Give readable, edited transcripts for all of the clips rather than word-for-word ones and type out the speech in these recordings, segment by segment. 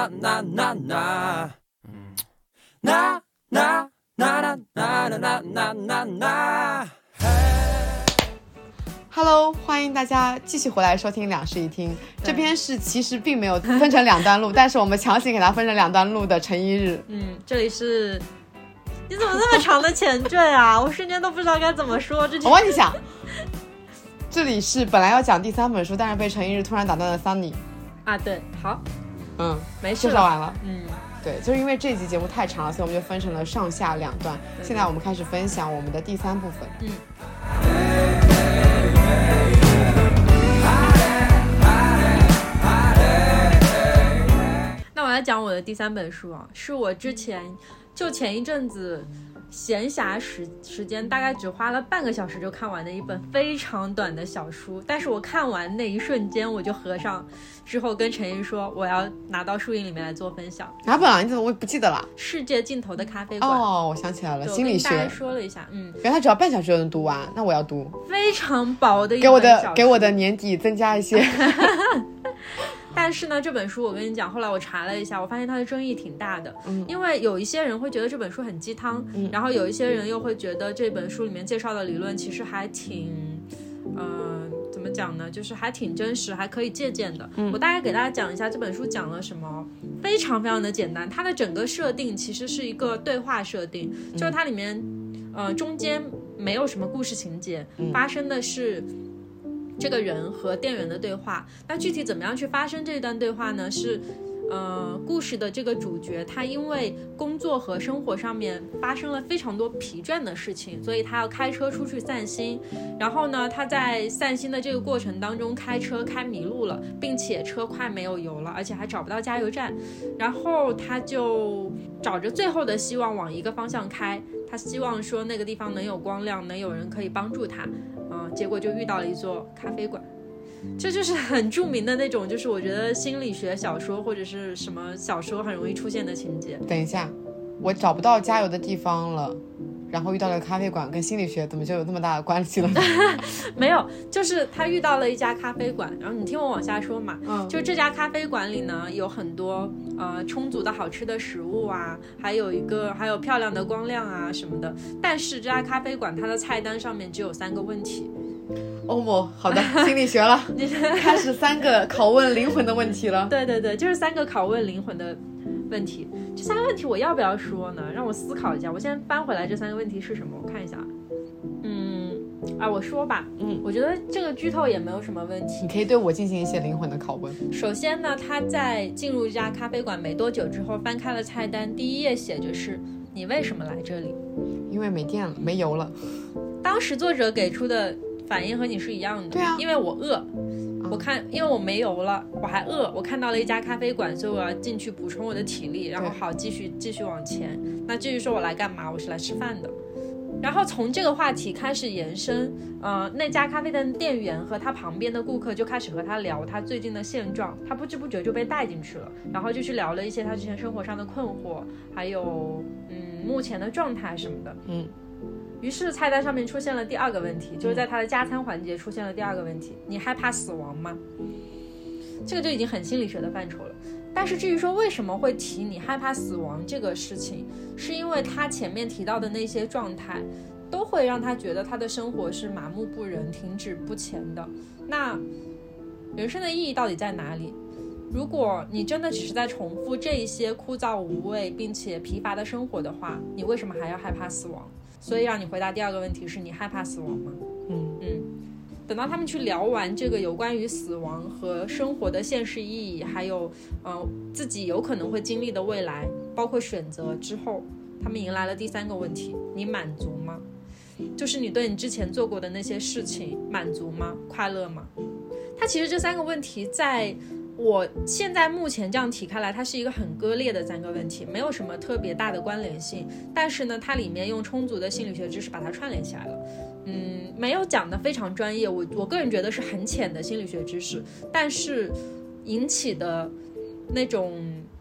Hello， 欢迎大家继续回来收听两室一厅。这边是其实并没有分成两段录，但是我们强行给它分成两段录的陈一日。 这里是，你怎么那么长的前缀啊？我瞬间都不知道该怎么说。 我帮你想，这里是本来要讲第3本书，但是被陈一日突然打断了 Sunny。 啊，对，好，没事， 介绍完了。对，就是因为这集节目太长了，所以我们就分成了上下两段。现在我们开始分享我们的第3部分。 那我来讲我的第3本书啊，是我之前前一阵子闲暇时间大概只花了半个小时就看完的一本非常短的小书，但是我看完那一瞬间我就合上，之后跟陈毅说我要拿到书影里面来做分享。 哪本啊？你怎么我不记得了？ 世界尽头的咖啡馆。 哦，我想起来了，心理学。 我跟大家说了一下， 原来它只要半小时就能读完，那我要读。 非常薄的一本小书， 给我的年底增加一些。 但是呢，这本书我跟你讲，后来我查了一下，我发现它的争议挺大的。因为有一些人会觉得这本书很鸡汤，然后有一些人又会觉得这本书里面介绍的理论其实还挺，怎么讲呢？就是还挺真实，还可以借鉴的。我大概给大家讲一下这本书讲了什么，非常非常的简单。它的整个设定其实是一个对话设定，就是它里面，中间没有什么故事情节，发生的是这个人和店员的对话。那具体怎么样去发生这段对话呢？是故事的这个主角他因为工作和生活上面发生了非常多疲倦的事情，所以他要开车出去散心。然后呢，他在散心的这个过程当中开车开迷路了，并且车快没有油了，而且还找不到加油站。然后他就找着最后的希望往一个方向开，他希望说那个地方能有光亮，能有人可以帮助他。结果就遇到了一座咖啡馆。这就是很著名的那种，就是我觉得心理学小说或者是什么小说很容易出现的情节。 等一下，我找不到加油的地方了，然后遇到了咖啡馆，跟心理学怎么就有那么大的关系了呢？ 没有，就是他遇到了一家咖啡馆，然后你听我往下说嘛。就这家咖啡馆里呢有很多充足的好吃的食物啊，还有漂亮的光亮啊什么的。但是这家咖啡馆它的菜单上面只有3个问题。 好的，心理学了。开始3个拷问灵魂的问题了。 对，就是3个拷问灵魂的问题。这3个问题我要不要说呢？让我思考一下。我先翻回来这3个问题是什么，我看一下。我说吧。我觉得这个剧透也没有什么问题。 你可以对我进行一些灵魂的拷问。 首先呢，他在进入这家咖啡馆没多久之后，翻开了菜单，第1页写着是你为什么来这里？ 因为没电了，没油了。 当时作者给出的反应和你是一样的。 对啊， 因为我饿。因为我没油了，我还饿，我看到了一家咖啡馆，所以我要进去补充我的体力，然后好继续往前。那至于说我来干嘛，我是来吃饭的。然后从这个话题开始延伸，那家咖啡店的店员和他旁边的顾客就开始和他聊他最近的现状，他不知不觉就被带进去了，然后就去聊了一些他之前生活上的困惑，还有目前的状态什么的。于是菜单上面出现了第2个问题，就是在他的加餐环节出现了第2个问题，你害怕死亡吗？这个就已经很心理学的范畴了。但是至于说为什么会提你害怕死亡这个事情，是因为他前面提到的那些状态都会让他觉得他的生活是麻木不仁、停止不前的。那人生的意义到底在哪里？如果你真的只是在重复这一些枯燥无味并且疲乏的生活的话，你为什么还要害怕死亡？所以让你回答第2个问题是你害怕死亡吗？等到他们去聊完这个有关于死亡和生活的现实意义，还有自己有可能会经历的未来，包括选择之后，他们迎来了第3个问题，你满足吗？就是你对你之前做过的那些事情满足吗？快乐吗？它其实这3个问题在我现在目前这样提开来，它是一个很割裂的3个问题，没有什么特别大的关联性，但是呢它里面用充足的心理学知识把它串联起来了。没有讲得非常专业，我个人觉得是很浅的心理学知识，但是引起的那种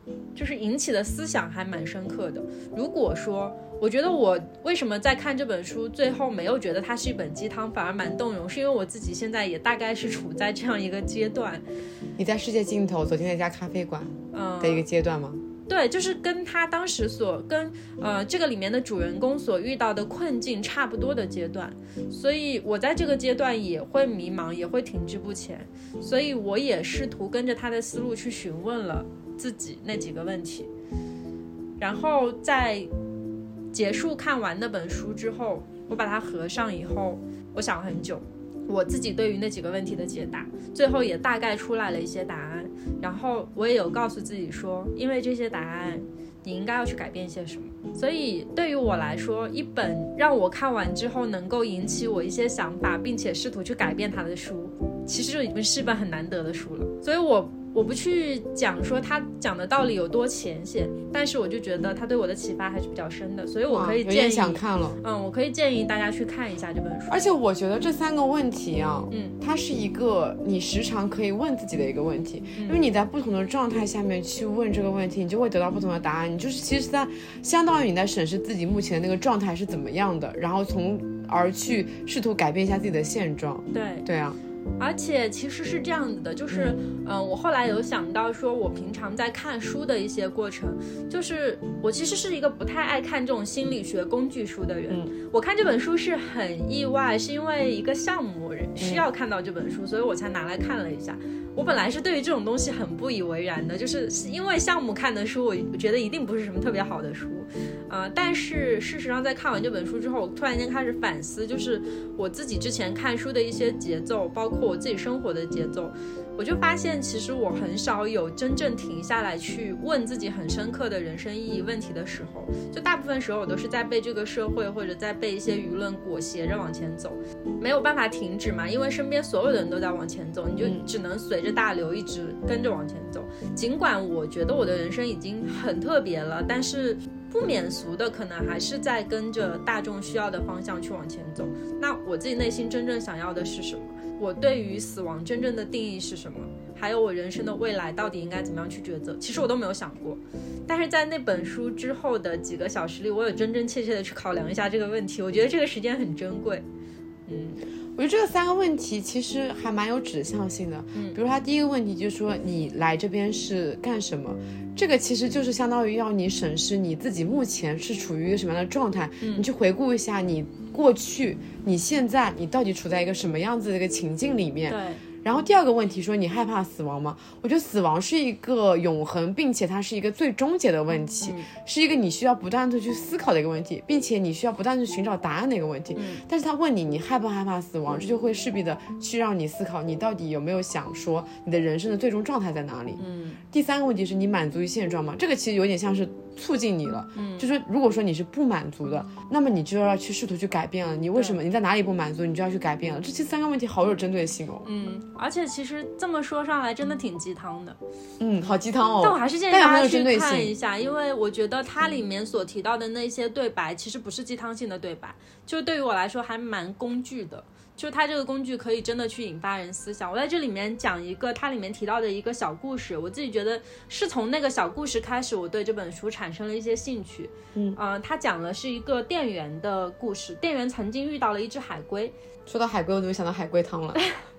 就是引起的思想还蛮深刻的。如果说我觉得我为什么在看这本书最后没有觉得它是一本鸡汤，反而蛮动容，是因为我自己现在也大概是处在这样一个阶段。 你在世界尽头走进那家咖啡馆的一个阶段吗？ 对，就是跟他当时跟这个里面的主人公所遇到的困境差不多的阶段，所以我在这个阶段也会迷茫，也会停滞不前，所以我也试图跟着他的思路去询问了自己那几个问题。然后在结束看完那本书之后，我把它合上以后，我想了很久我自己对于那几个问题的解答，最后也大概出来了一些答案。然后我也有告诉自己说，因为这些答案你应该要去改变些什么。所以对于我来说，一本让我看完之后能够引起我一些想法并且试图去改变它的书，其实就已经是一本很难得的书了。所以我不去讲说他讲的道理有多浅显，但是我就觉得他对我的启发还是比较深的，所以我可以建议，有点想看了。 我可以建议大家去看一下这本书。 而且我觉得这3个问题啊，它是一个你时常可以问自己的一个问题，因为你在不同的状态下面去问这个问题，你就会得到不同的答案。你就是其实在相当于你在审视自己目前的那个状态是怎么样的，然后从而去试图改变一下自己的现状。对啊。 而且其实是这样子的，就是我后来有想到说，我平常在看书的一些过程，就是我其实是一个不太爱看这种心理学工具书的人。我看这本书是很意外，是因为一个项目需要看到这本书，所以我才拿来看了一下。我本来是对于这种东西很不以为然的，就是因为项目看的书，我觉得一定不是什么特别好的书。但是事实上在看完这本书之后，我突然间开始反思，就是我自己之前看书的一些节奏，包括我自己生活的节奏，我就发现其实我很少有真正停下来去问自己很深刻的人生意义问题的时候，就大部分时候我都是在被这个社会或者在被一些舆论裹挟着往前走，没有办法停止嘛，因为身边所有的人都在往前走，你就只能随着大流一直跟着往前走。尽管我觉得我的人生已经很特别了，但是不免俗的可能还是在跟着大众需要的方向去往前走。那我自己内心真正想要的是什么？我对于死亡真正的定义是什么？还有我人生的未来到底应该怎么样去抉择？其实我都没有想过。但是在那本书之后的几个小时里，我有真真切切的去考量一下这个问题。我觉得这个时间很珍贵。 我觉得这个3个问题其实还蛮有指向性的。比如他第一个问题就是说你来这边是干什么，这个其实就是相当于要你审视你自己目前是处于一个什么样的状态，你去回顾一下你过去你现在你到底处在一个什么样子的一个情境里面。 对。 然后第二个问题说你害怕死亡吗？我觉得死亡是一个永恒，并且它是一个最终结的问题，是一个你需要不断的去思考的一个问题，并且你需要不断的去寻找答案的一个问题。但是他问你害不害怕死亡，这就会势必的去让你思考你到底有没有想说你的人生的最终状态在哪里。第3个问题是你满足于现状吗？这个其实有点像是促进你了，就是如果说你是不满足的，那么你就要去试图去改变了。你为什么你在哪里不满足，你就要去改变了。这3个问题好有针对性哦。 而且其实这么说上来真的挺鸡汤的。 好鸡汤哦。 但我还是建议大家去看一下，因为我觉得它里面所提到的那些对白其实不是鸡汤性的对白，就对于我来说还蛮工具的，就它这个工具可以真的去引发人思想。我在这里面讲一个它里面提到的一个小故事，我自己觉得是从那个小故事开始我对这本书产生了一些兴趣。它讲的是一个店员的故事，店员曾经遇到了一只海龟。 说到海龟我就想到海龟汤了。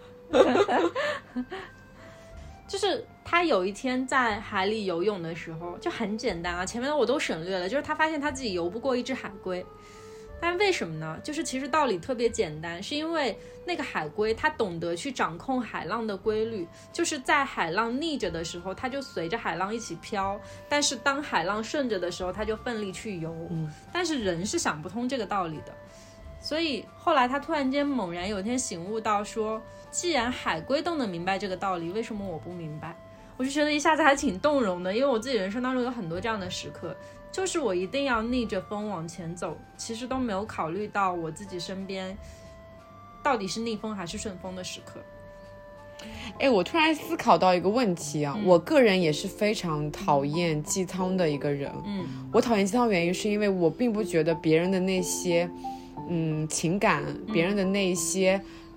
就是他有一天在海里游泳的时候就很简单啊，前面的我都省略了，就是他发现他自己游不过一只海龟。但为什么呢？就是其实道理特别简单，是因为那个海龟它懂得去掌控海浪的规律，就是在海浪逆着的时候它就随着海浪一起飘，但是当海浪顺着的时候它就奋力去游。但是人是想不通这个道理的，所以后来他突然间猛然有一天醒悟到说，既然海龟都能明白这个道理，为什么我不明白？我就觉得一下子还挺动容的，因为我自己人生当中有很多这样的时刻，就是我一定要逆着风往前走，其实都没有考虑到我自己身边到底是逆风还是顺风的时刻。 我突然思考到一个问题啊，我个人也是非常讨厌鸡汤的一个人。我讨厌鸡汤原因是因为我并不觉得别人的那些情感，别人的那些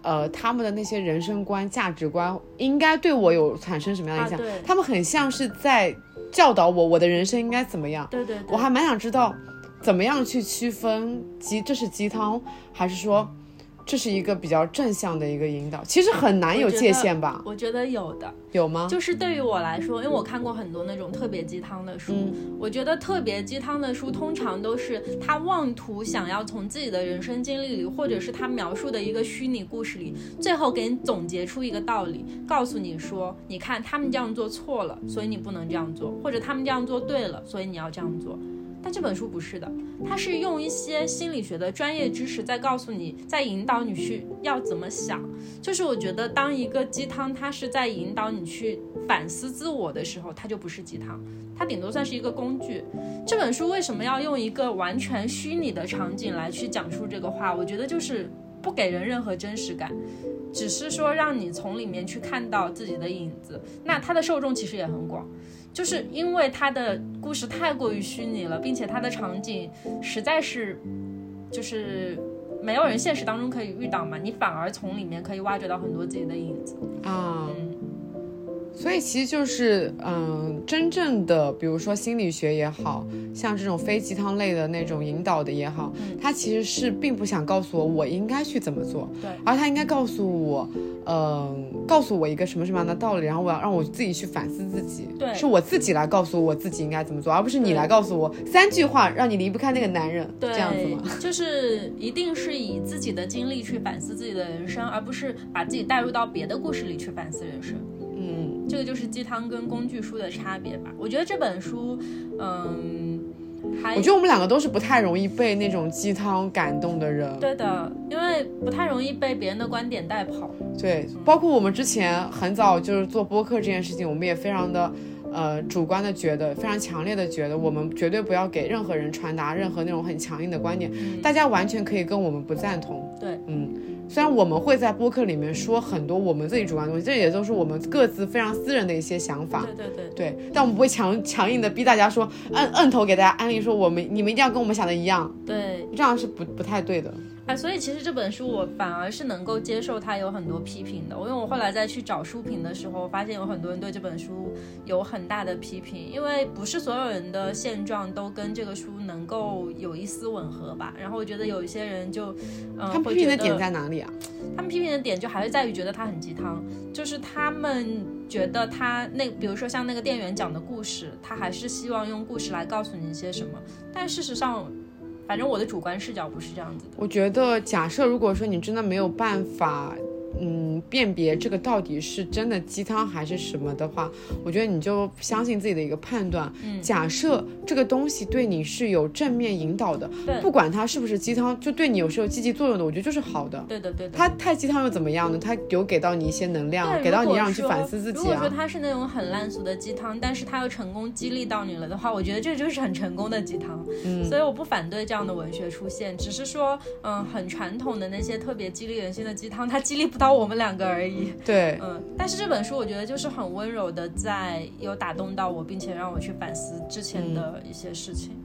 他们的那些人生观价值观应该对我有产生什么样的影响，他们很像是在教导我的人生应该怎么样。 对， 我还蛮想知道怎么样去区分这是鸡汤还是说这是一个比较正向的一个引导，其实很难有界限吧。 我觉得有的。 有吗？ 就是对于我来说，因为我看过很多那种特别鸡汤的书，我觉得特别鸡汤的书通常都是他妄图想要从自己的人生经历里，或者是他描述的一个虚拟故事里，最后给你总结出一个道理，告诉你说，你看他们这样做错了，所以你不能这样做，或者他们这样做对了，所以你要这样做。但这本书不是的，它是用一些心理学的专业知识在告诉你，在引导你去要怎么想。就是我觉得当一个鸡汤它是在引导你去反思自我的时候，它就不是鸡汤，它顶多算是一个工具。这本书为什么要用一个完全虚拟的场景来去讲述这个话，我觉得就是不给人任何真实感，只是说让你从里面去看到自己的影子。那它的受众其实也很广，就是因为它的故事太过于虚拟了，并且它的场景实在是就是没有人现实当中可以遇到嘛，你反而从里面可以挖掘到很多自己的影子啊。 所以其实就是真正的比如说心理学也好，像这种非鸡汤类的那种引导的也好，它其实是并不想告诉我应该去怎么做， 对， 而它应该告诉我一个什么样的道理，然后我要让我自己去反思自己， 对， 是我自己来告诉我自己应该怎么做，而不是你来告诉我3句话让你离不开那个男人， 对， 这样子吗？ 就是一定是以自己的经历去反思自己的人生，而不是把自己带入到别的故事里去反思人生。这个就是鸡汤跟工具书的差别吧。我觉得这本书我觉得我们两个都是不太容易被那种鸡汤感动的人。 对的，因为不太容易被别人的观点带跑。 对，包括我们之前很早就是做播客这件事情，我们也非常的主观的觉得，非常强烈的觉得，我们绝对不要给任何人传达任何那种很强硬的观点，大家完全可以跟我们不赞同。 对， 虽然我们会在播客里面说很多我们自己主观的东西，这也都是我们各自非常私人的一些想法。对，但我们不会强硬的逼大家说摁头给大家安利说你们一定要跟我们想的一样。 对， 这样是不太对的。 所以其实这本书我反而是能够接受它有很多批评的，因为我后来再去找书评的时候，发现有很多人对这本书有很大的批评，因为不是所有人的现状都跟这个书能够有一丝吻合吧。然后我觉得有一些人就他们批评的点在哪里啊？ 他们批评的点就还是在于觉得它很鸡汤，就是他们觉得他比如说像那个店员讲的故事，他还是希望用故事来告诉你一些什么，但事实上反正我的主观视角不是这样子的。 我觉得假设如果说你真的没有办法辨别这个到底是真的鸡汤还是什么的话，我觉得你就相信自己的一个判断。假设这个东西对你是有正面引导的，不管它是不是鸡汤，就对你有积极作用的，我觉得就是好的。 对的。 它太鸡汤又怎么样呢？它有给到你一些能量，给到你让你去反思自己啊。 如果说它是那种很烂俗的鸡汤，但是它又成功激励到你了的话，我觉得这就是很成功的鸡汤。所以我不反对这样的文学出现，只是说很传统的那些特别激励人心的鸡汤，它激励不到我们两个而已。 对， 但是这本书我觉得就是很温柔的有打动到我，并且让我去反思之前的一些事情。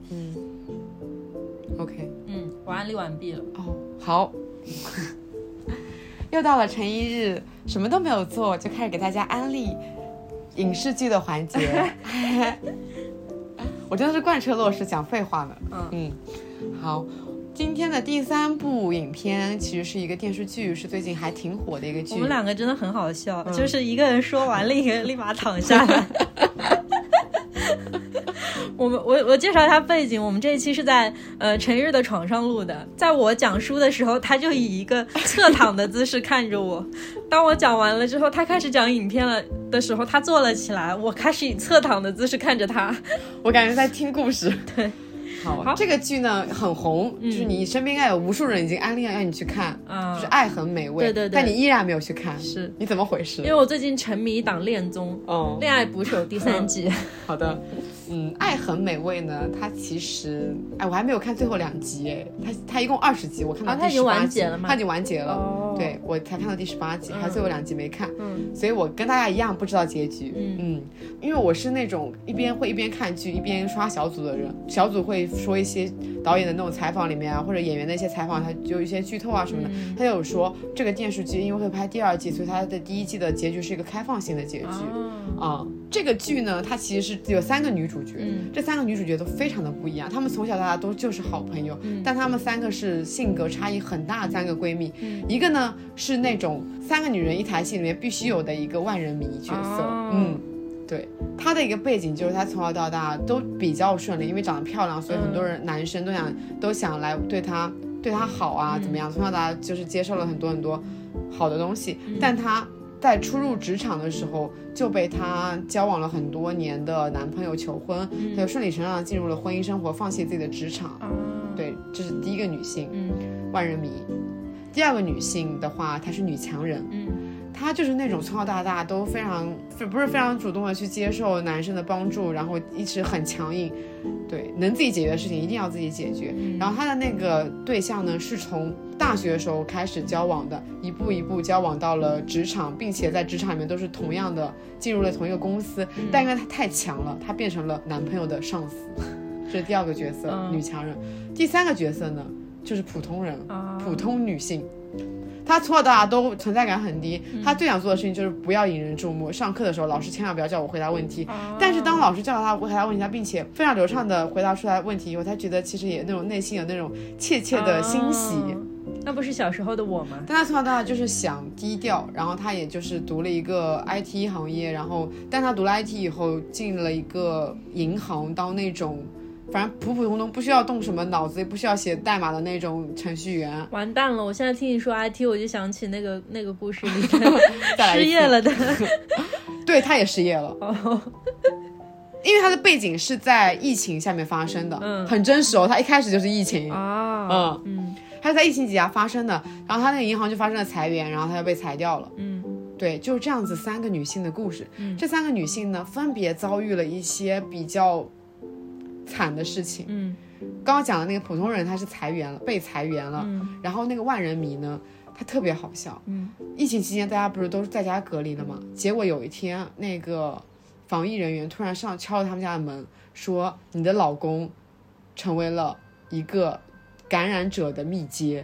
OK， 我安利完毕了。 好。又到了陈一日什么都没有做就开始给大家安利影视剧的环节。我真的是贯彻落实讲废话呢。好，今天的第3部影片其实是一个电视剧，是最近还挺火的一个剧。 我们两个真的很好笑，就是一个人说完，另一个人立马躺下来。我介绍一下背景，我们这一期是在陈日的床上录的。在我讲书的时候，他就以一个侧躺的姿势看着我。当我讲完了之后，他开始讲影片了的时候，他坐了起来，我开始以侧躺的姿势看着他。 我感觉在听故事。 对。 好，这个剧呢很红，就是你身边应该有无数人已经安利了让你去看，就是爱很美味。 对， 但你依然没有去看， 是你怎么回事？ 因为我最近沉迷一档恋综，恋爱捕手第3季。 好的，爱很美味呢，它其实我还没有看最后2集，它一共20集，我看到第18集， 它已经完结了吗？ 它已经完结了。 对，我才看到第18集，还有最后2集没看，所以我跟大家一样不知道结局。因为我是那种一边看剧一边刷小组的人，小组会说一些导演的那种采访里面啊，或者演员的一些采访，他就有一些剧透啊什么的，他就有说这个电视剧因为会拍第2季，所以它的第1季的结局是一个开放性的结局。这个剧呢，它其实是有3个女主角，这3个女主角都非常的不一样，她们从小到大都就是好朋友，但她们3个是性格差异很大的3个闺蜜，一个呢是那种3个女人一台戏里面必须有的一个万人迷角色，对，她的一个背景就是她从小到大都比较顺利，因为长得漂亮，所以很多人男生都想来对她好啊，怎么样？从小到大就是接受了很多好的东西，但她在初入职场的时候就被她交往了很多年的男朋友求婚，她就顺理成章地进入了婚姻生活，放弃自己的职场。对，这是第一个女性，万人迷。第2个女性的话，她是女强人，她就是那种从小到大都不是非常主动的去接受男生的帮助，然后一直很强硬，对，能自己解决的事情一定要自己解决。然后她的那个对象呢，是从大学的时候开始交往的，一步一步交往到了职场，并且在职场里面都是同样的进入了同一个公司，但因为她太强了，她变成了男朋友的上司。这是第2个角色，女强人。第3个角色呢，就是普通人，普通女性。她从小到大都存在感很低，她最想做的事情就是不要引人注目。上课的时候，老师千万不要叫我回答问题。但是当老师叫她回答问题，她并且非常流畅的回答出来问题以后，她觉得其实也那种内心有那种切切的欣喜。 那不是小时候的我吗？ 但她从小到大就是想低调，然后她也就是读了一个 IT 行业，但她读了 IT 以后进了一个银行当那种反正普普通通不需要动什么脑子，也不需要写代码的那种程序员。 完蛋了，我现在听你说 IT 我就想起那个故事里的失业了的对，他也失业了因为他的背景是在疫情下面发生的，很真实哦，他一开始就是疫情他是在疫情底下发生的，然后他那个银行就发生了裁员，然后他就被裁掉了。对，就是这样子3个女性的故事。这3个女性呢，分别遭遇了一些比较惨的事情。刚刚讲的那个普通人他是被裁员了，然后那个万人迷呢，他特别好笑。疫情期间大家不是都在家隔离了吗？结果有一天那个防疫人员突然敲了他们家的门，说你的老公成为了一个感染者的密接。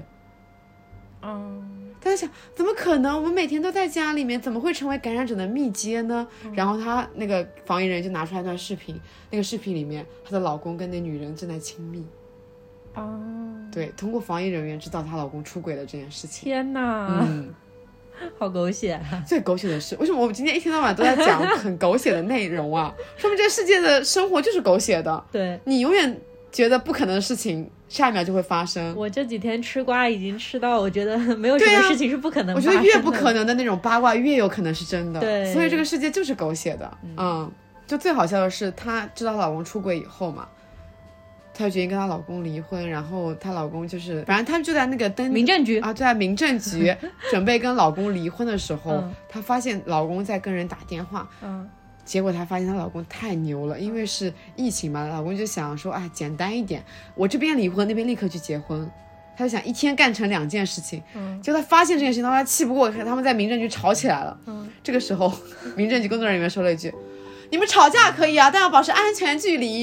他在想怎么可能，我们每天都在家里面，怎么会成为感染者的密接呢？然后他那个防疫人就拿出来一段视频，那个视频里面她的老公跟那女人正在亲密。对，通过防疫人员知道她老公出轨了这件事情。 天哪，好狗血啊！ 最狗血的是，为什么我们今天一天到晚都在讲很狗血的内容啊？说明这个世界的生活就是狗血的。 对， 你永远觉得不可能的事情，下一秒就会发生。 我这几天吃瓜已经吃到，我觉得没有什么事情是不可能发生的。 我觉得越不可能的那种八卦越有可能是真的。 对， 所以这个世界就是狗血的。就最好笑的是，她知道她老公出轨以后嘛，她就决定跟她老公离婚，然后她老公就是反正他们就在那个民政局就在民政局准备跟老公离婚的时候，她发现老公在跟人打电话。结果她发现她老公太牛了，因为是疫情嘛，老公就想说简单一点，我这边离婚那边立刻去结婚。她就想一天干成2件事情。结果她发现这件事情，她气不过，他们在民政局吵起来了。这个时候民政局工作人员说了一句，你们吵架可以啊，但要保持安全距离。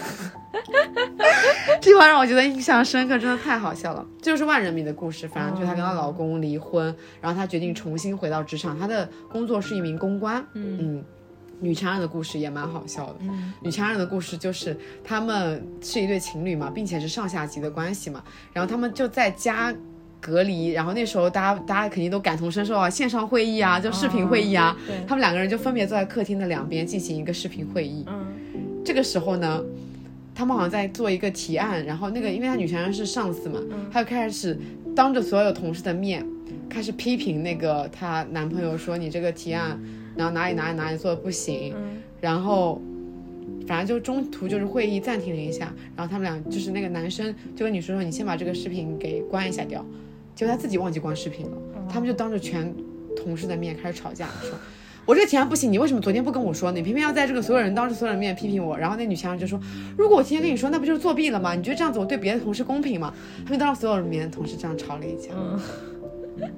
这句话让我觉得印象深刻，真的太好笑了。这就是万人迷的故事，反正就是她跟她老公离婚，然后她决定重新回到职场，她的工作是一名公关。女强人的故事也蛮好笑的。女强人的故事就是他们是一对情侣嘛，并且是上下级的关系嘛，然后他们就在家隔离，然后那时候大家肯定都感同身受啊，线上会议啊，就视频会议啊，他们2个人就分别坐在客厅的2边进行一个视频会议。这个时候呢，他们好像在做一个提案，然后那个因为他女强人是上司嘛，他就开始当着所有同事的面开始批评那个她男朋友，说你这个提案然后哪里做的不行。然后反正就中途就是会议暂停了一下，然后他们俩就是那个男生就跟女生说，你先把这个视频给关一下掉。结果他自己忘记关视频了。他们就当着全同事的面开始吵架，说我这个提案不行，你为什么昨天不跟我说，你偏偏要在这个当着所有人面批评我。然后那女强人就说，如果我提前跟你说，那不就是作弊了吗？你觉得这样子我对别的同事公平吗？他们当着所有人面同事这样吵了一架。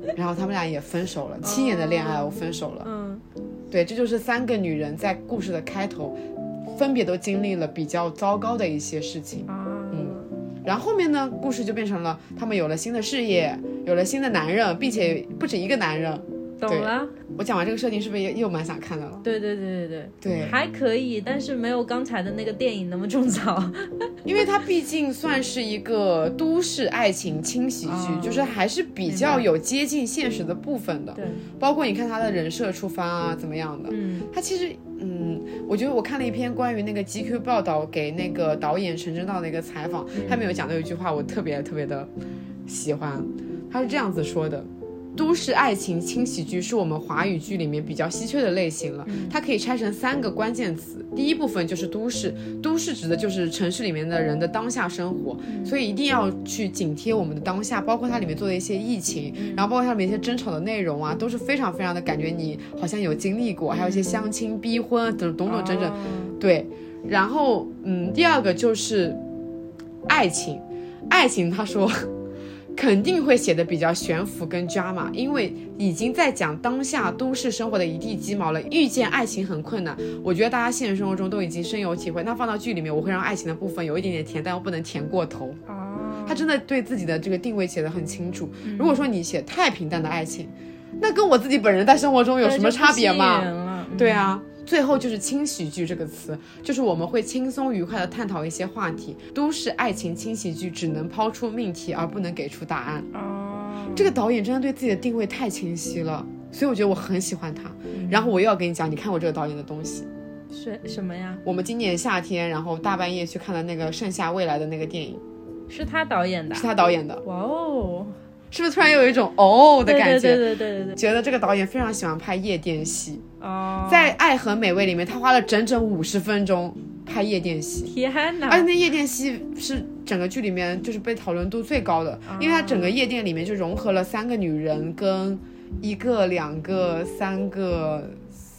然后他们俩也分手了，7年的恋爱分手了。对，这就是3个女人在故事的开头分别都经历了比较糟糕的一些事情。然后后面呢，故事就变成了他们有了新的事业，有了新的男人，并且不止一个男人。 懂了。 我讲完这个设定是不是又蛮想看的了？ 对，还可以，但是没有刚才的那个电影那么种草。 因为它毕竟算是一个都市爱情轻喜剧，就是还是比较有接近现实的部分的。 对， 包括你看他的人设出发啊怎么样的。他其实我觉得我看了一篇关于那个 GQ 报道给那个导演陈正道的一个采访，他们有讲到一句话我特别特别的喜欢，他是这样子说的：都市爱情轻喜剧是我们华语剧里面比较稀缺的类型了，它可以拆成3个关键词。第一部分就是都市，都市指的就是城市里面的人的当下生活，所以一定要去紧贴我们的当下，包括它里面做的一些疫情，然后包括它里面一些争吵的内容啊，都是非常非常的感觉你好像有经历过，还有一些相亲逼婚等种种整整。对，然后第二个就是爱情，爱情他说肯定会写的比较悬浮跟 drama， 因为已经在讲当下都市生活的一地鸡毛了，遇见爱情很困难。我觉得大家现实生活中都已经深有体会，那放到剧里面我会让爱情的部分有一点点甜，但又不能甜过头。他真的对自己的这个定位写得很清楚。如果说你写太平淡的爱情，那跟我自己本人在生活中有什么差别吗？对啊。最后就是轻喜剧这个词，就是我们会轻松愉快地探讨一些话题。都市爱情轻喜剧只能抛出命题而不能给出答案。这个导演真的对自己的定位太清晰了，所以我觉得我很喜欢他。然后我又要跟你讲，你看我这个导演的东西是什么呀？ 我们今年夏天然后大半夜去看了那个盛夏未来的那个电影。 是他导演的？ 是他导演的。 哇哦， 是不是突然又有一种的感觉？对，觉得这个导演非常喜欢拍夜店戏。在《爱很美味》里面他花了整整50分钟拍夜店戏。 天哪！ 而且那夜店戏是整个剧里面就是被讨论度最高的，因为它整个夜店里面就融合了3个女人跟1个2个3个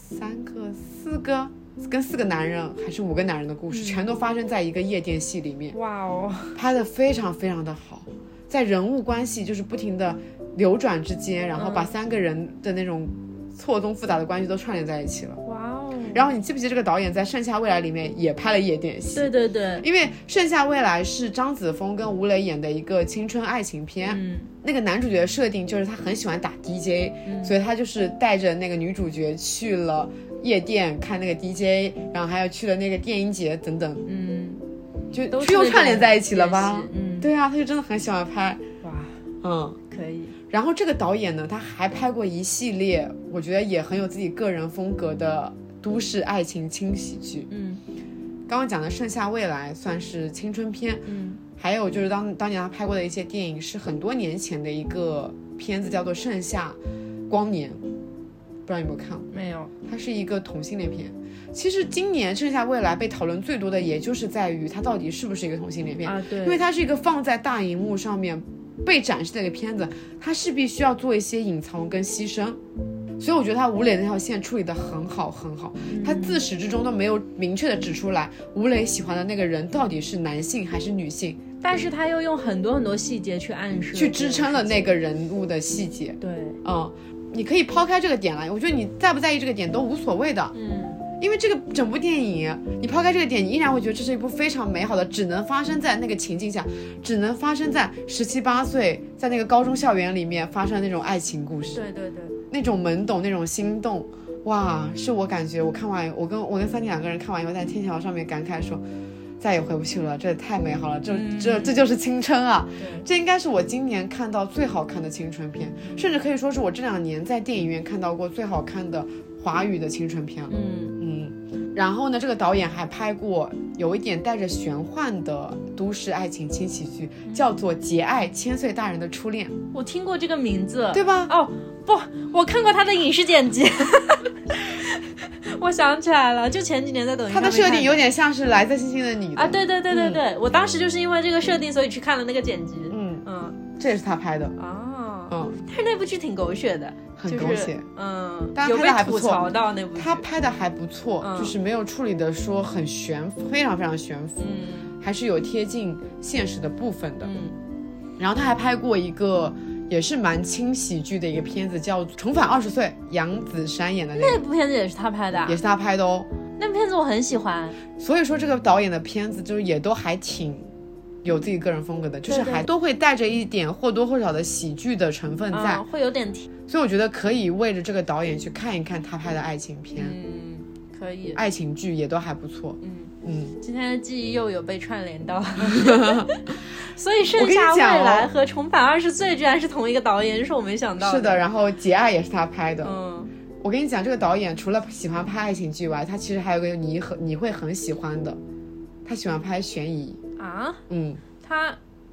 4个跟4个男人还是5个男人的故事，全都发生在一个夜店戏里面。 哇哦， 拍得非常非常的好，在人物关系就是不停的流转之间，然后把3个人的那种错综复杂的关系都串联在一起了。 哇哦！ 然后你记不记得这个导演在《盛夏未来》里面也拍了夜店戏？ 对， 因为《盛夏未来》是张子枫跟吴磊演的一个青春爱情片。那个男主角的设定就是他很喜欢打 DJ，所以他就是带着那个女主角去了夜店看那个 DJ， 然后还有去了那个电音节等等。就又串联在一起了吧？对啊，他就真的很喜欢拍。哇， 可以。 然后这个导演呢，他还拍过一系列我觉得也很有自己个人风格的都市爱情轻喜剧。刚刚讲的《盛夏未来》算是青春片。还有就是当年他拍过的一些电影是很多年前的一个片子，叫做《盛夏光年》，不知道有没有看过？ 没有。 它是一个同性恋片。其实今年《盛夏未来》被讨论最多的也就是在于它到底是不是一个同性恋片。 对， 因为它是一个放在大荧幕上面被展示的一个片子，它势必需要做一些隐藏跟牺牲，所以我觉得他吴磊那条线处理得很好很好。他自始至终都没有明确的指出来吴磊喜欢的那个人到底是男性还是女性， 但是他又用很多很多细节去暗示， 去支撑了那个人物的细节。 对， 你可以抛开这个点来，我觉得你在不在意这个点都无所谓的。因为这个整部电影你抛开这个点，你依然会觉得这是一部非常美好的，只能发生在那个情境下，只能发生在17、18岁在那个高中校园里面发生的那种爱情故事。 对， 那种懵懂，那种心动。哇，是我感觉我看完，我跟三弟2个人看完以后在天桥上面感慨说再也回不去了，这太美好了，这就是青春啊。这应该是我今年看到最好看的青春片，甚至可以说是我这2年在电影院看到过最好看的华语的青春片了。然后呢，这个导演还拍过有一点带着玄幻的都市爱情轻喜剧，叫做《节爱千岁大人的初恋》。 我听过这个名字， 对吧？ 不，我看过他的影视剪辑。我想起来了，就前几年在抖音上面看， 他的设定有点像是来自星星的你的。 对，我当时就是因为这个设定所以去看了那个剪辑。 这也是他拍的。 但是那部剧挺狗血的， 很狗血。但有被吐槽到那部剧。 他拍的还不错，就是没有处理的说很悬浮，非常非常悬浮，还是有贴近现实的部分的。然后他还拍过一个也是蛮轻喜剧的一个片子，叫《重返20岁》，杨子姗演的那部片子也是他拍的也是他拍的哦。 那部片子我很喜欢， 所以说这个导演的片子就是也都还挺有自己个人风格的，就是还都会带着一点或多或少的喜剧的成分在， 会有点甜。 所以我觉得可以为了这个导演去看一看他拍的爱情片， 可以， 爱情剧也都还不错。 今天的记忆又有被串联到所以盛夏未来和重返20岁居然是同一个导演，这是我没想到的。 是的，然后结爱也是他拍的。我跟你讲，这个导演除了喜欢拍爱情剧外，他其实还有个你会很喜欢的，他喜欢拍悬疑啊。 他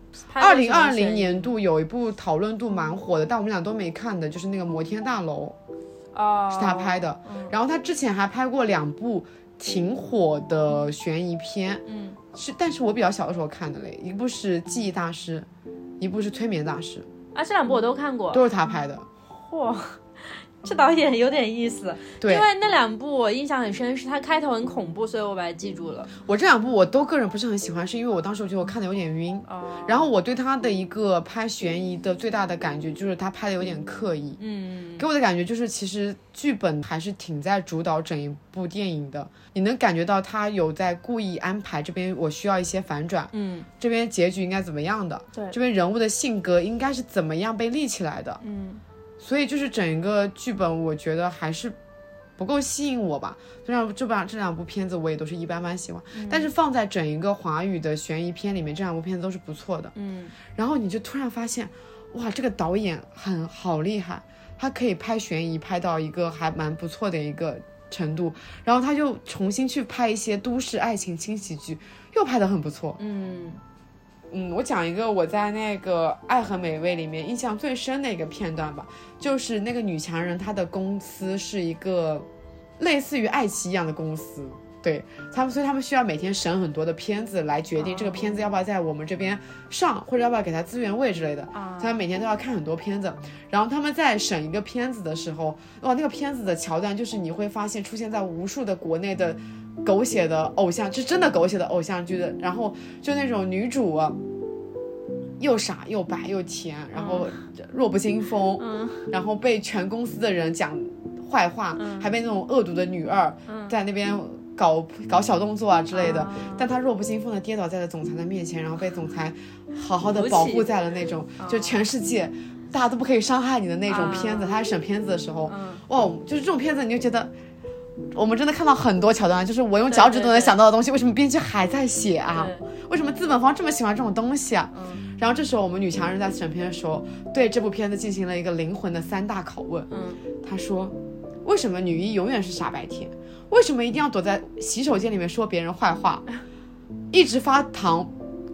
2020年度有一部讨论度蛮火的，但我们俩都没看的，就是那个摩天大楼，是他拍的。然后他之前还拍过2部挺火的悬疑片，但是我比较小的时候看的嘞，一部是记忆大师，一部是催眠大师啊，这2部我都看过， 都是他拍的。 嚯，这导演有点意思。 对， 因为那2部我印象很深，是他开头很恐怖，所以我把它记住了。 我这2部我都个人不是很喜欢，是因为我当时我觉得我看的有点晕，然后我对他的一个拍悬疑的最大的感觉就是他拍的有点刻意，给我的感觉就是其实剧本还是挺在主导整一部电影的，你能感觉到他有在故意安排这边我需要一些反转，这边结局应该怎么样的， 对， 这边人物的性格应该是怎么样被立起来的，所以就是整个剧本我觉得还是不够吸引我吧，这2部片子我也都是一般般喜欢，但是放在整一个华语的悬疑片里面，这2部片子都是不错的。然后你就突然发现，哇，这个导演好厉害，他可以拍悬疑拍到一个还蛮不错的一个程度，然后他就重新去拍一些都市爱情轻喜剧，又拍得很不错。我讲一个我在那个《爱和美味》里面印象最深的一个片段吧，就是那个女强人她的公司是一个类似于爱奇艺一样的公司，对所以他们需要每天审很多的片子来决定这个片子要不要在我们这边上，或者要不要给他资源位之类的，他们每天都要看很多片子，然后他们在审一个片子的时候，哇，那个片子的桥段就是你会发现出现在无数的国内的狗血的偶像，就真的狗血的偶像剧的，然后就那种女主又傻又白又甜，然后弱不禁风，然后被全公司的人讲坏话，还被那种恶毒的女二在那边搞小动作啊之类的，但她弱不禁风的跌倒在了总裁的面前，然后被总裁好好的保护在了那种就全世界大家都不可以伤害你的那种片子。他在审片子的时候，哇，就是这种片子你就觉得我们真的看到很多桥段，就是我用脚趾都能想到的东西，为什么编剧还在写啊？为什么资本方这么喜欢这种东西啊？然后这时候我们女强人在审片的时候对这部片子进行了一个灵魂的3大拷问。她说，为什么女一永远是傻白甜？为什么一定要躲在洗手间里面说别人坏话？一直发糖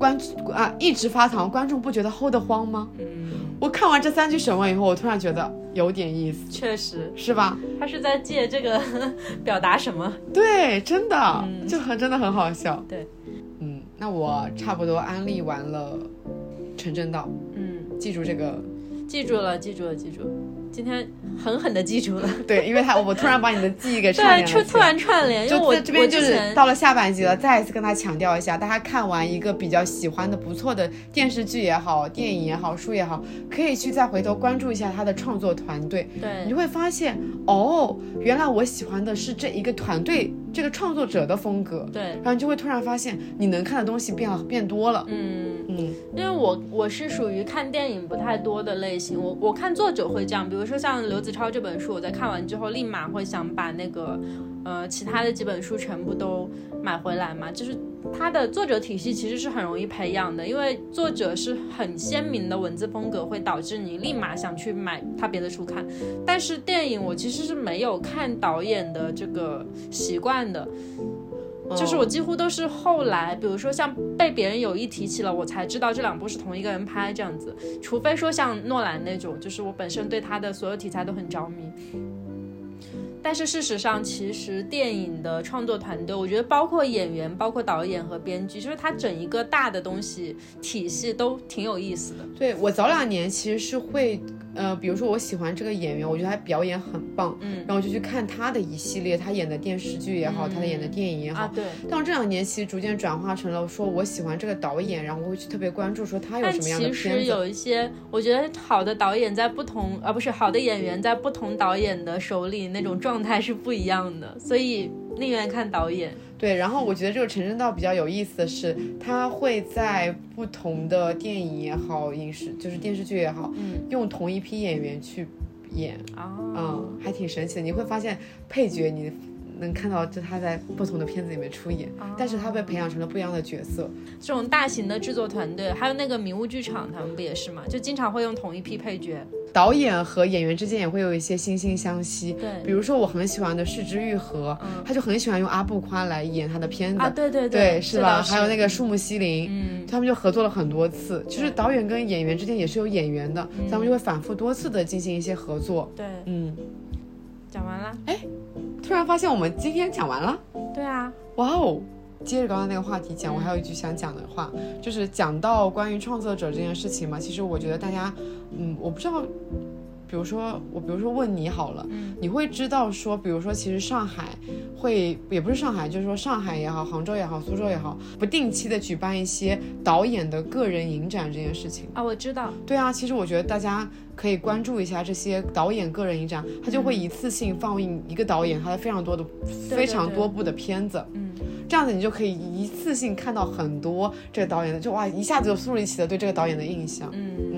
观众不觉得齁得慌吗？我看完这3句审问以后，我突然觉得有点意思。 确实是吧？ 他是在借这个表达什么？ 对，真的真的很好笑。 对， 那我差不多安利完了陈正道，记住这个， 记住了，今天狠狠的记住了。 对，因为我突然把你的记忆给串联了起来， 对，突然串联，因为我这边就是到了下半集了，再一次跟他强调一下，大家看完一个比较喜欢的不错的电视剧也好，电影也好，书也好，可以去再回头关注一下他的创作团队， 对， 你就会发现原来我喜欢的是这一个团队这个创作者的风格， 对， 然后你就会突然发现你能看的东西变多了。 因为我是属于看电影不太多的类型，我看作者会这样，比如说像刘子超这本书，我在看完之后立马会想把那个其他的几本书全部都买回来嘛，就是他的作者体系其实是很容易培养的，因为作者是很鲜明的文字风格，会导致你立马想去买他别的书看。但是电影我其实是没有看导演的这个习惯的，就是我几乎都是后来，比如说像被别人有意提起了，我才知道这2部是同一个人拍这样子，除非说像诺兰那种，就是我本身对他的所有题材都很着迷。但是事实上其实电影的创作团队，我觉得包括演员包括导演和编剧，就是它整一个大的东西体系都挺有意思的。 对，我早2年其实是会比如说我喜欢这个演员，我觉得他表演很棒，然后我就去看他的一系列他演的电视剧也好，他的演的电影也好， 对。 但我这2年其实逐渐转化成了说我喜欢这个导演，然后我会去特别关注说他有什么样的片子。 但其实有一些我觉得好的导演在好的演员在不同导演的手里那种状态是不一样的，所以宁愿看导演。 对，然后我觉得这个陈正道比较有意思的是，他会在不同的电影也好，影视就是电视剧也好，用同一批演员去演，还挺神奇的。你会发现配角你能看到就他在不同的片子里面出演，但是他被培养成了不一样的角色。 这种大型的制作团队，还有那个迷雾剧场，他们不也是吗？就经常会用同一批配角。 导演和演员之间也会有一些惺惺相惜， 对， 比如说我很喜欢的是枝裕和，他就很喜欢用阿布宽来演他的片子对， 是吧？还有那个树木希林，他们就合作了很多次，就是导演跟演员之间也是有演员的，咱们就会反复多次的进行一些合作。 对，讲完了。 突然发现我们今天讲完了。 对啊， 哇哦！接着刚刚那个话题讲，我还有一句想讲的话，就是讲到关于创作者这件事情嘛，其实我觉得大家，我不知道，比如说问你好了，你会知道说，比如说其实上海也不是上海，就是说上海也好，杭州也好，苏州也好，不定期的举办一些导演的个人影展这件事情啊，我知道。 对啊，其实我觉得大家可以关注一下这些导演个人影展，他就会一次性放映一个导演他的非常多部的片子，这样子你就可以一次性看到很多这个导演的，就哇一下子就树立起了对这个导演的印象。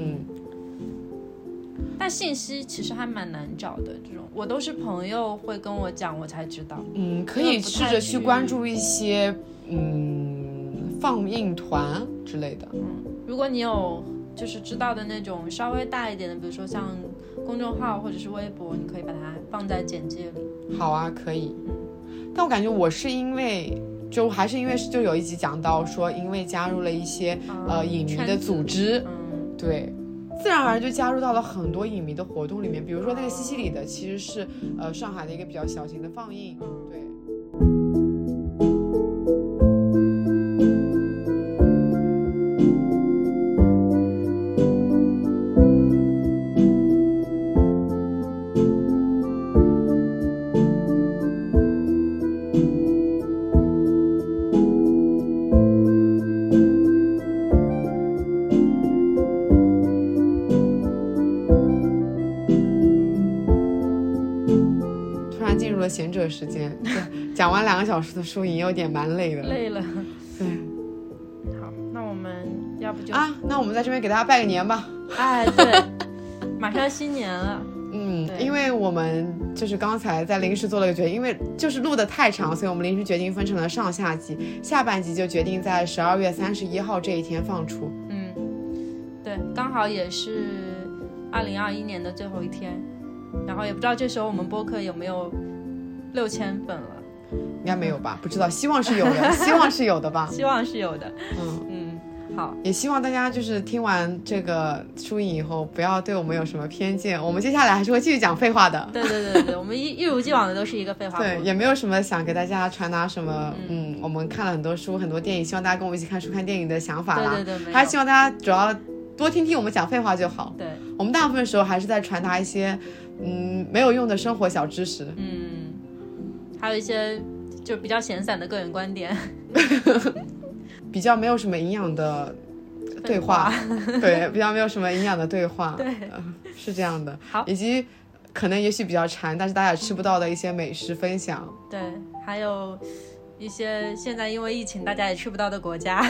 但信息其实还蛮难找的，这种我都是朋友会跟我讲我才知道。 可以试着去关注一些放映团之类的。 如果你有就是知道的那种稍微大一点的，比如说像公众号或者是微博，你可以把它放在简介里。 好啊，可以。但我感觉我是因为就有一集讲到说，因为加入了一些影迷的组织，对，自然而然就加入到了很多影迷的活动里面。比如说那个西西里的其实是上海的一个比较小型的放映，对。闲者时间，讲完2个小时的书，已经有点蛮累的了。 累了， 对。 好，那我们要不就那我们在这边给大家拜个年吧。 对，马上新年了。 因为我们就是刚才在临时做了个决定，因为就是录的太长，所以我们临时决定分成了上下集，下半集就决定在12月31号这一天放出。 对，刚好也是2021年的最后一天，然后也不知道这时候我们播客有没有6000粉了， 应该没有吧？不知道，希望是有的，希望是有的吧？ 希望是有的。好， 也希望大家就是听完这个书影以后，不要对我们有什么偏见。我们接下来还是会继续讲废话的。 对，我们一如既往的都是一个废话。 对，也没有什么想给大家传达什么。我们看了很多书，很多电影，希望大家跟我们一起看书、看电影的想法啦。 对， 还是希望大家主要多听听我们讲废话就好。 对， 我们大部分时候还是在传达一些没有用的生活小知识。 还有一些就比较闲散的个人观点。 比较没有什么营养的对话，对，比较没有什么营养的对话， 对， 是这样的。 好， 以及可能也许比较馋，但是大家也吃不到的一些美食分享。 对，还有一些现在因为疫情大家也吃不到的国家。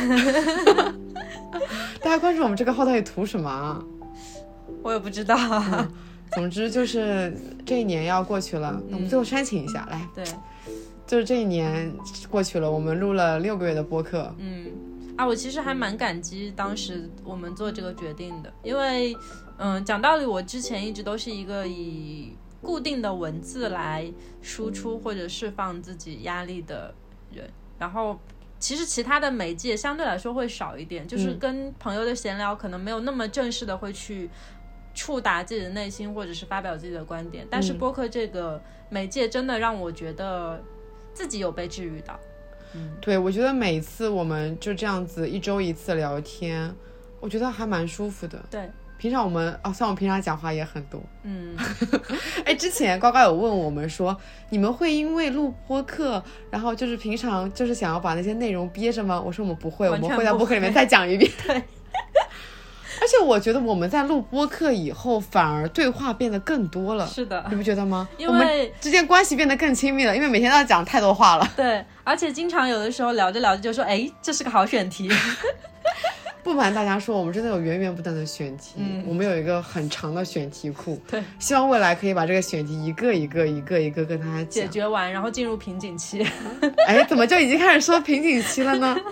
大家关注我们这个号到底图什么啊？ 我也不知道。 总之就是这一年要过去了，那我们最后煽情一下，来。 对。 就是这一年过去了，我们录了6个月的播客。 我其实还蛮感激当时我们做这个决定的，因为讲道理，我之前一直都是一个以固定的文字来输出或者释放自己压力的人，然后其实其他的媒介相对来说会少一点，就是跟朋友的闲聊可能没有那么正式的会去触达自己的内心或者是发表自己的观点，但是播客这个媒介真的让我觉得自己有被治愈到。 对，我觉得每次我们就这样子1周1次聊天，我觉得还蛮舒服的。 对， 平常我们虽然我平常讲话也很多，哎，之前呱呱有问我们说，你们会因为录播客，然后就是平常就是想要把那些内容憋着吗？我说我们不会，我们会在播客里面再讲一遍。 对。 而且我觉得我们在录播客以后，反而对话变得更多了。 是的， 你不觉得吗？ 因为我们之间关系变得更亲密了，因为每天都要讲太多话了。 对，而且经常有的时候聊着聊着就说，哎，这是个好选题。 不瞒大家说，我们真的有源源不断的选题，我们有一个很长的选题库。 对， 希望未来可以把这个选题一个一个跟大家讲解决完，然后进入瓶颈期。 哎，怎么就已经开始说瓶颈期了呢？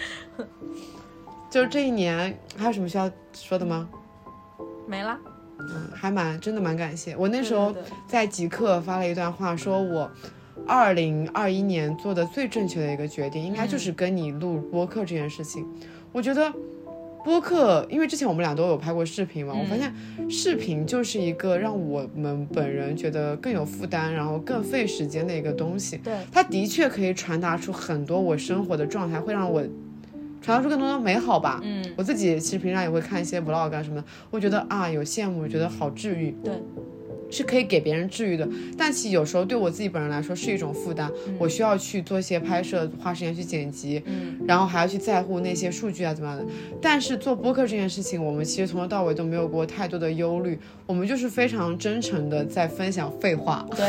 就是这一年还有什么需要说的吗？ 没了。 真的蛮感谢。我那时候在极客发了一段话，说我2021年做的最正确的一个决定，应该就是跟你录播客这件事情。我觉得播客，因为之前我们俩都有拍过视频嘛，我发现视频就是一个让我们本人觉得更有负担，然后更费时间的一个东西。 对， 它的确可以传达出很多我生活的状态，会让我传达出更多的美好吧。我自己其实平常也会看一些 vlog 什么的，我觉得有羡慕，觉得好治愈。 对， 是可以给别人治愈的，但其实有时候对我自己本人来说是一种负担。我需要去做一些拍摄，花时间去剪辑，然后还要去在乎那些数据啊怎么样的。但是做播客这件事情，我们其实从头到尾都没有过太多的忧虑，我们就是非常真诚的在分享废话。 对。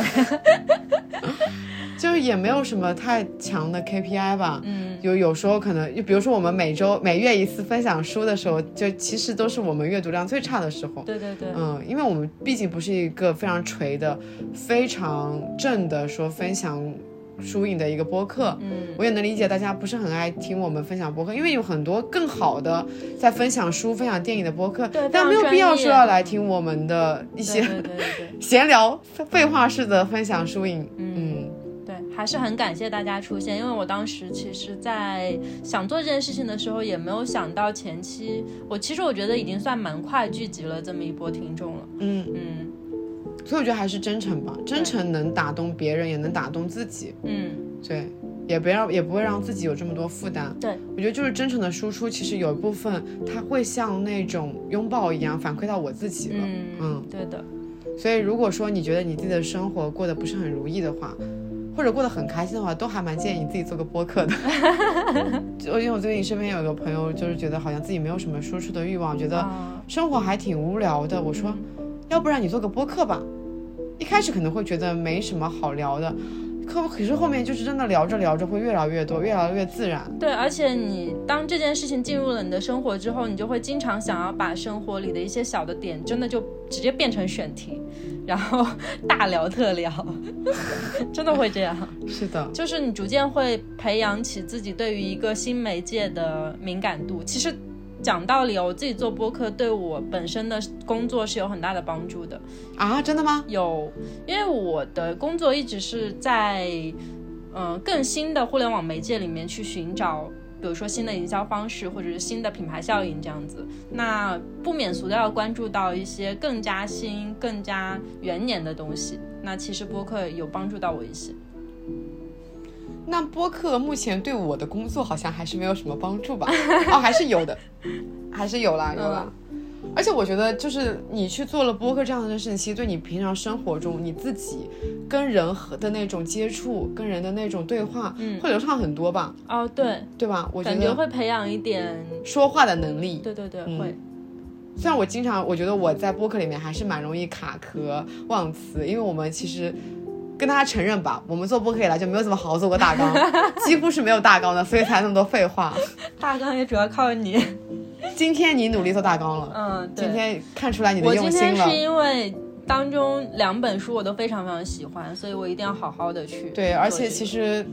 就是也没有什么太强的 KPI 吧。有时候可能比如说我们每月一次分享书的时候，就其实都是我们阅读量最差的时候。 对对对。 因为我们毕竟不是一个非常垂的非常正的说分享书影的一个播客。我也能理解大家不是很爱听我们分享播客，因为有很多更好的在分享书分享电影的播客，但没有必要说要来听我们的一些闲聊废话式的分享书影。 对，还是很感谢大家出现，因为我当时其实在想做这件事情的时候，也没有想到前期我觉得已经算蛮快聚集了这么一波听众了。 所以我觉得还是真诚吧，真诚能打动别人，也能打动自己。对，也不会让自己有这么多负担。 对， 我觉得就是真诚的输出，其实有一部分它会像那种拥抱一样反馈到我自己了。 对的。 所以如果说你觉得你自己的生活过得不是很如意的话，或者过得很开心的话，都还蛮建议你自己做个播客的。因为我最近身边有一个朋友，就是觉得好像自己没有什么输出的欲望，觉得生活还挺无聊的。我说，要不然你做个播客吧。一开始可能会觉得没什么好聊的，可是后面就是真的聊着聊着会越聊越多，越聊越自然。 对，而且你当这件事情进入了你的生活之后，你就会经常想要把生活里的一些小的点真的就直接变成选题，然后大聊特聊。真的会这样。 是的， 就是你逐渐会培养起自己对于一个新媒介的敏感度。其实讲道理，我自己做播客对我本身的工作是有很大的帮助的。 真的吗？ 有，因为我的工作一直是在更新的互联网媒介里面去寻找，比如说新的营销方式或者是新的品牌效应这样子，那不免俗的要关注到一些更加新更加元年的东西，那其实播客有帮助到我一些。 那播客目前对我的工作好像还是没有什么帮助吧？还是有的，还是有啦。而且我觉得就是你去做了播客这样的事情，其实对你平常生活中你自己跟人的那种接触，跟人的那种对话，会流畅很多吧？ 对吧？我感觉会培养一点说话的能力。 对，会。 虽然我觉得我在播客里面还是蛮容易卡壳忘词，因为我们其实跟大家承认吧，我们做播客以来就没有怎么好好做过大纲，几乎是没有大纲的，所以才那么多废话。 大纲也主要靠你。 今天你努力做大纲了。对，今天看出来你的用心了。 我今天是因为当中2本书我都非常非常喜欢，所以我一定要好好的去。 对，而且其实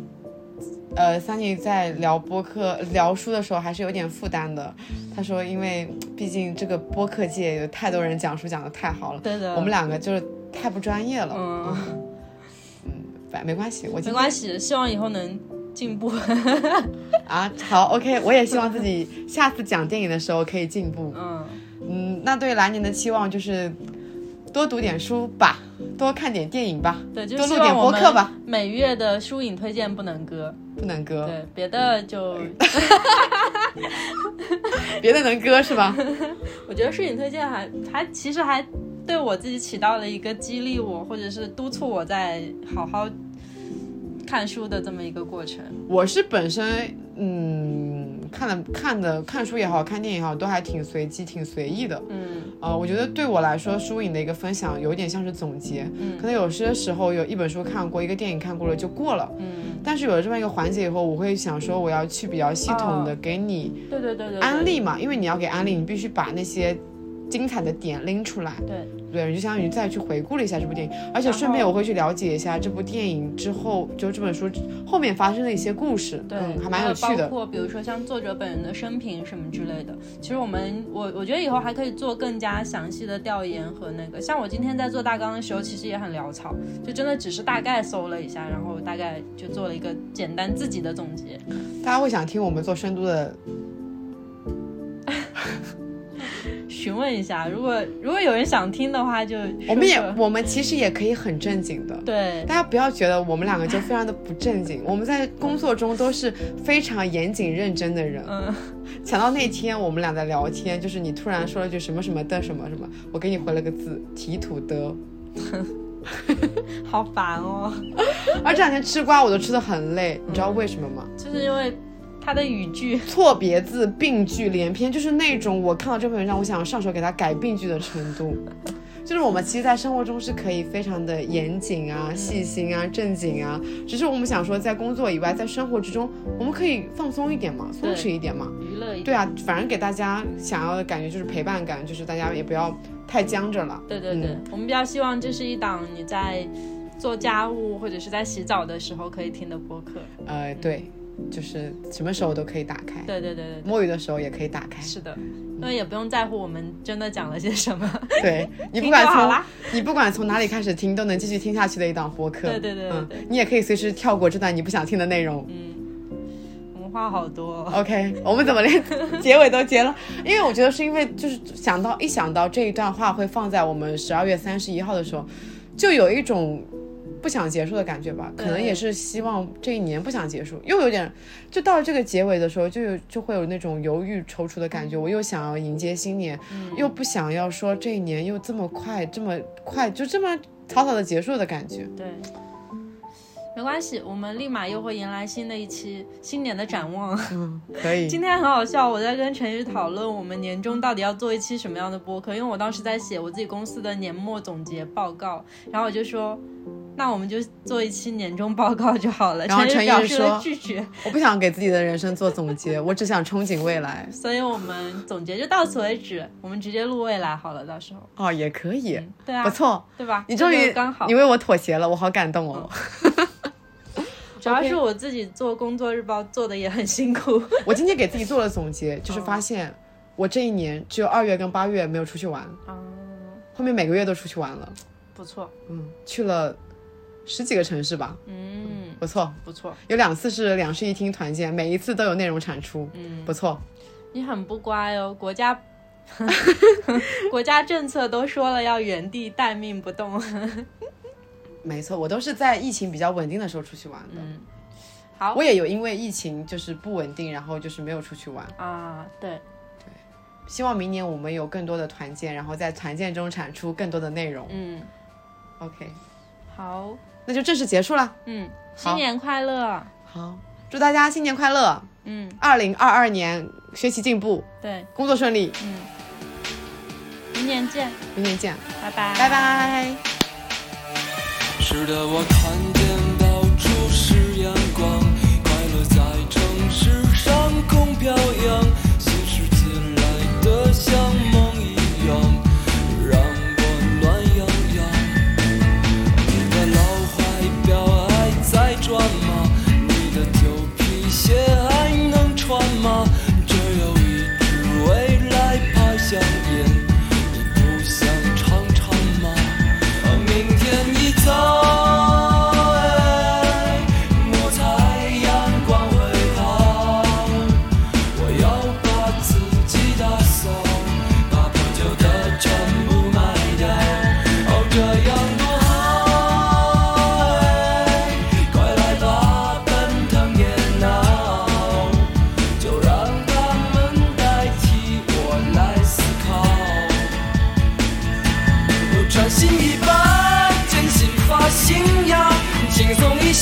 Sunny 在聊播客聊书的时候还是有点负担的。他说因为毕竟这个播客界有太多人讲书讲得太好了， 对的， 我们2个就是太不专业了。没关系， 没关系，希望以后能进步。 好 OK， 我也希望自己下次讲电影的时候可以进步。那对来年的期望就是多读点书吧，多看点电影吧， 对，就多录点播客吧。 每月的书影推荐不能割， 对， 别的就别的能割是吧？ 我觉得视频推荐其实还对我自己起到了一个激励我或者是督促我在好好看书的这么一个过程。 我是本身看书也好，看电影也好，都还挺随机挺随意的。我觉得对我来说书影的一个分享有点像是总结。可能有些时候有一本书看过，一个电影看过了就过了。但是有了这么一个环节以后，我会想说我要去比较系统的给你安利嘛，因为你要给安利，你必须把那些精彩的点拎出来。对，你就相当于再去回顾了一下这部电影，而且顺便我会去了解一下这部电影之后，就这本书后面发生的一些故事。 对， 还蛮有趣的。 包括比如说像作者本人的生平什么之类的。其实我觉得以后还可以做更加详细的调研和那个，像我今天在做大纲的时候，其实也很潦草，就真的只是大概搜了一下，然后大概就做了一个简单自己的总结。 大家会想听我们做深度的？ 询问一下，如果有人想听的话就我们其实也可以很正经的。 对， 大家不要觉得我们两个就非常的不正经，我们在工作中都是非常严谨认真的人。想到那天我们俩在聊天，就是你突然说了句什么什么的什么什么，我给你回了个字提土的。 好烦哦。 而这两天吃瓜我都吃得很累，你知道为什么吗？ 就是因为他的语句错别字病句连篇，就是那种我看到这篇文章我想上手给他改病句的程度。就是我们其实在生活中是可以非常的严谨啊、细心啊、正经啊，只是我们想说在工作以外，在生活之中我们可以放松一点嘛，松弛一点嘛， 娱乐一点。 对啊，反正给大家想要的感觉就是陪伴感，就是大家也不要太僵着了。 对，我们比较希望这是一档你在做家务或者是在洗澡的时候可以听的播客。 对，就是什么时候都可以打开。 对， 摸鱼的时时候也可以打开。 是的，因为也不用在乎我们真的讲了些什么。 对，你不管从哪里开始听都能继续听下去的一档播客。 对， 你也可以随时跳过这段你不想听的内容。 我们话好多。 OK， 我们怎么连结尾都结了？因为我觉得是因为就是一想到这一段话会放在我们12月31号的时候，就有一种不想结束的感觉吧，可能也是希望这一年不想结束，又有点就到了这个结尾的时候就会有那种犹豫踌躇的感觉，我又想要迎接新年，又不想要说这一年又这么快就这么草草的结束的感觉。 对，没关系，我们立马又会迎来新的一期新年的展望。 可以。 今天很好笑，我在跟陈宇讨论我们年终到底要做一期什么样的播客，因为我当时在写我自己公司的年末总结报告，然后我就说那我们就做一期年终报告就好了。 然后陈宇表示了拒绝， 我不想给自己的人生做总结，我只想憧憬未来。 所以我们总结就到此为止，我们直接录未来好了，到时候。 也可以。 对啊， 不错， 对吧？ 你终于刚好， 你为我妥协了，我好感动哦。 主要是我自己做工作日报做的也很辛苦。 我今天给自己做了总结，就是发现我这一年只有2月跟8月没有出去玩，后面每个月都出去玩了。 不错。 去了10几个城市吧。不错，有2次是2室1厅团建，每一次都有内容产出。不错。 你很不乖哦，国家政策都说了要原地待命不动。 没错，我都是在疫情比较稳定的时候出去玩的。 好， 我也有因为疫情就是不稳定，然后就是没有出去玩啊。对， 希望明年我们有更多的团建，然后在团建中产出更多的内容。OK， 好， 那就正式结束了。 新年快乐。 好，祝大家新年快乐。2022年学习进步， 对， 工作顺利。 明年见，拜拜， 拜拜。 是的，我看见到处是阳光，快乐在城市上空飘扬，心事自来的像梦一样，让我暖洋洋。你的老怀表还在转吗？你的旧皮鞋还能穿吗？这有一支未来牌香烟，你不想尝尝吗？明天一早我要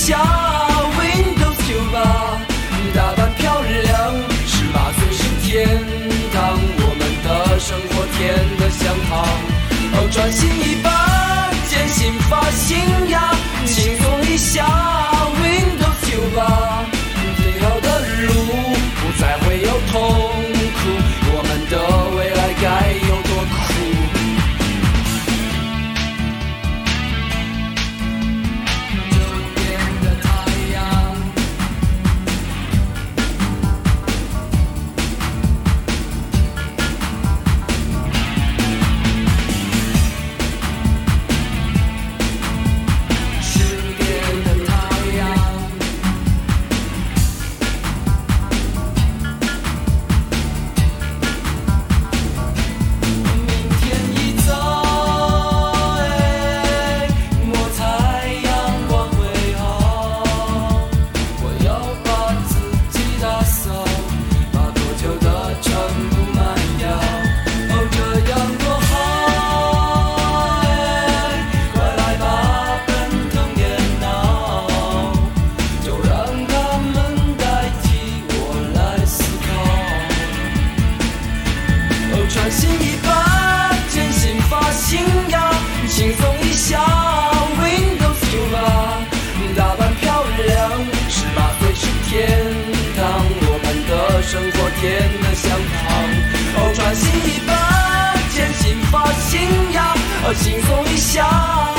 下 Windows 98，打扮漂亮，18岁是天堂，我们的生活甜得像糖。哦，转型100，剪新发型呀，轻松一下 Windows 98，最后的路不再会有痛苦，我们的未来该有多酷。转型100，剪新发型呀，轻松一下 Windows 98，打扮漂亮，18岁是天堂，我们的生活甜得像糖。哦，转型100，剪新发型呀，轻松一下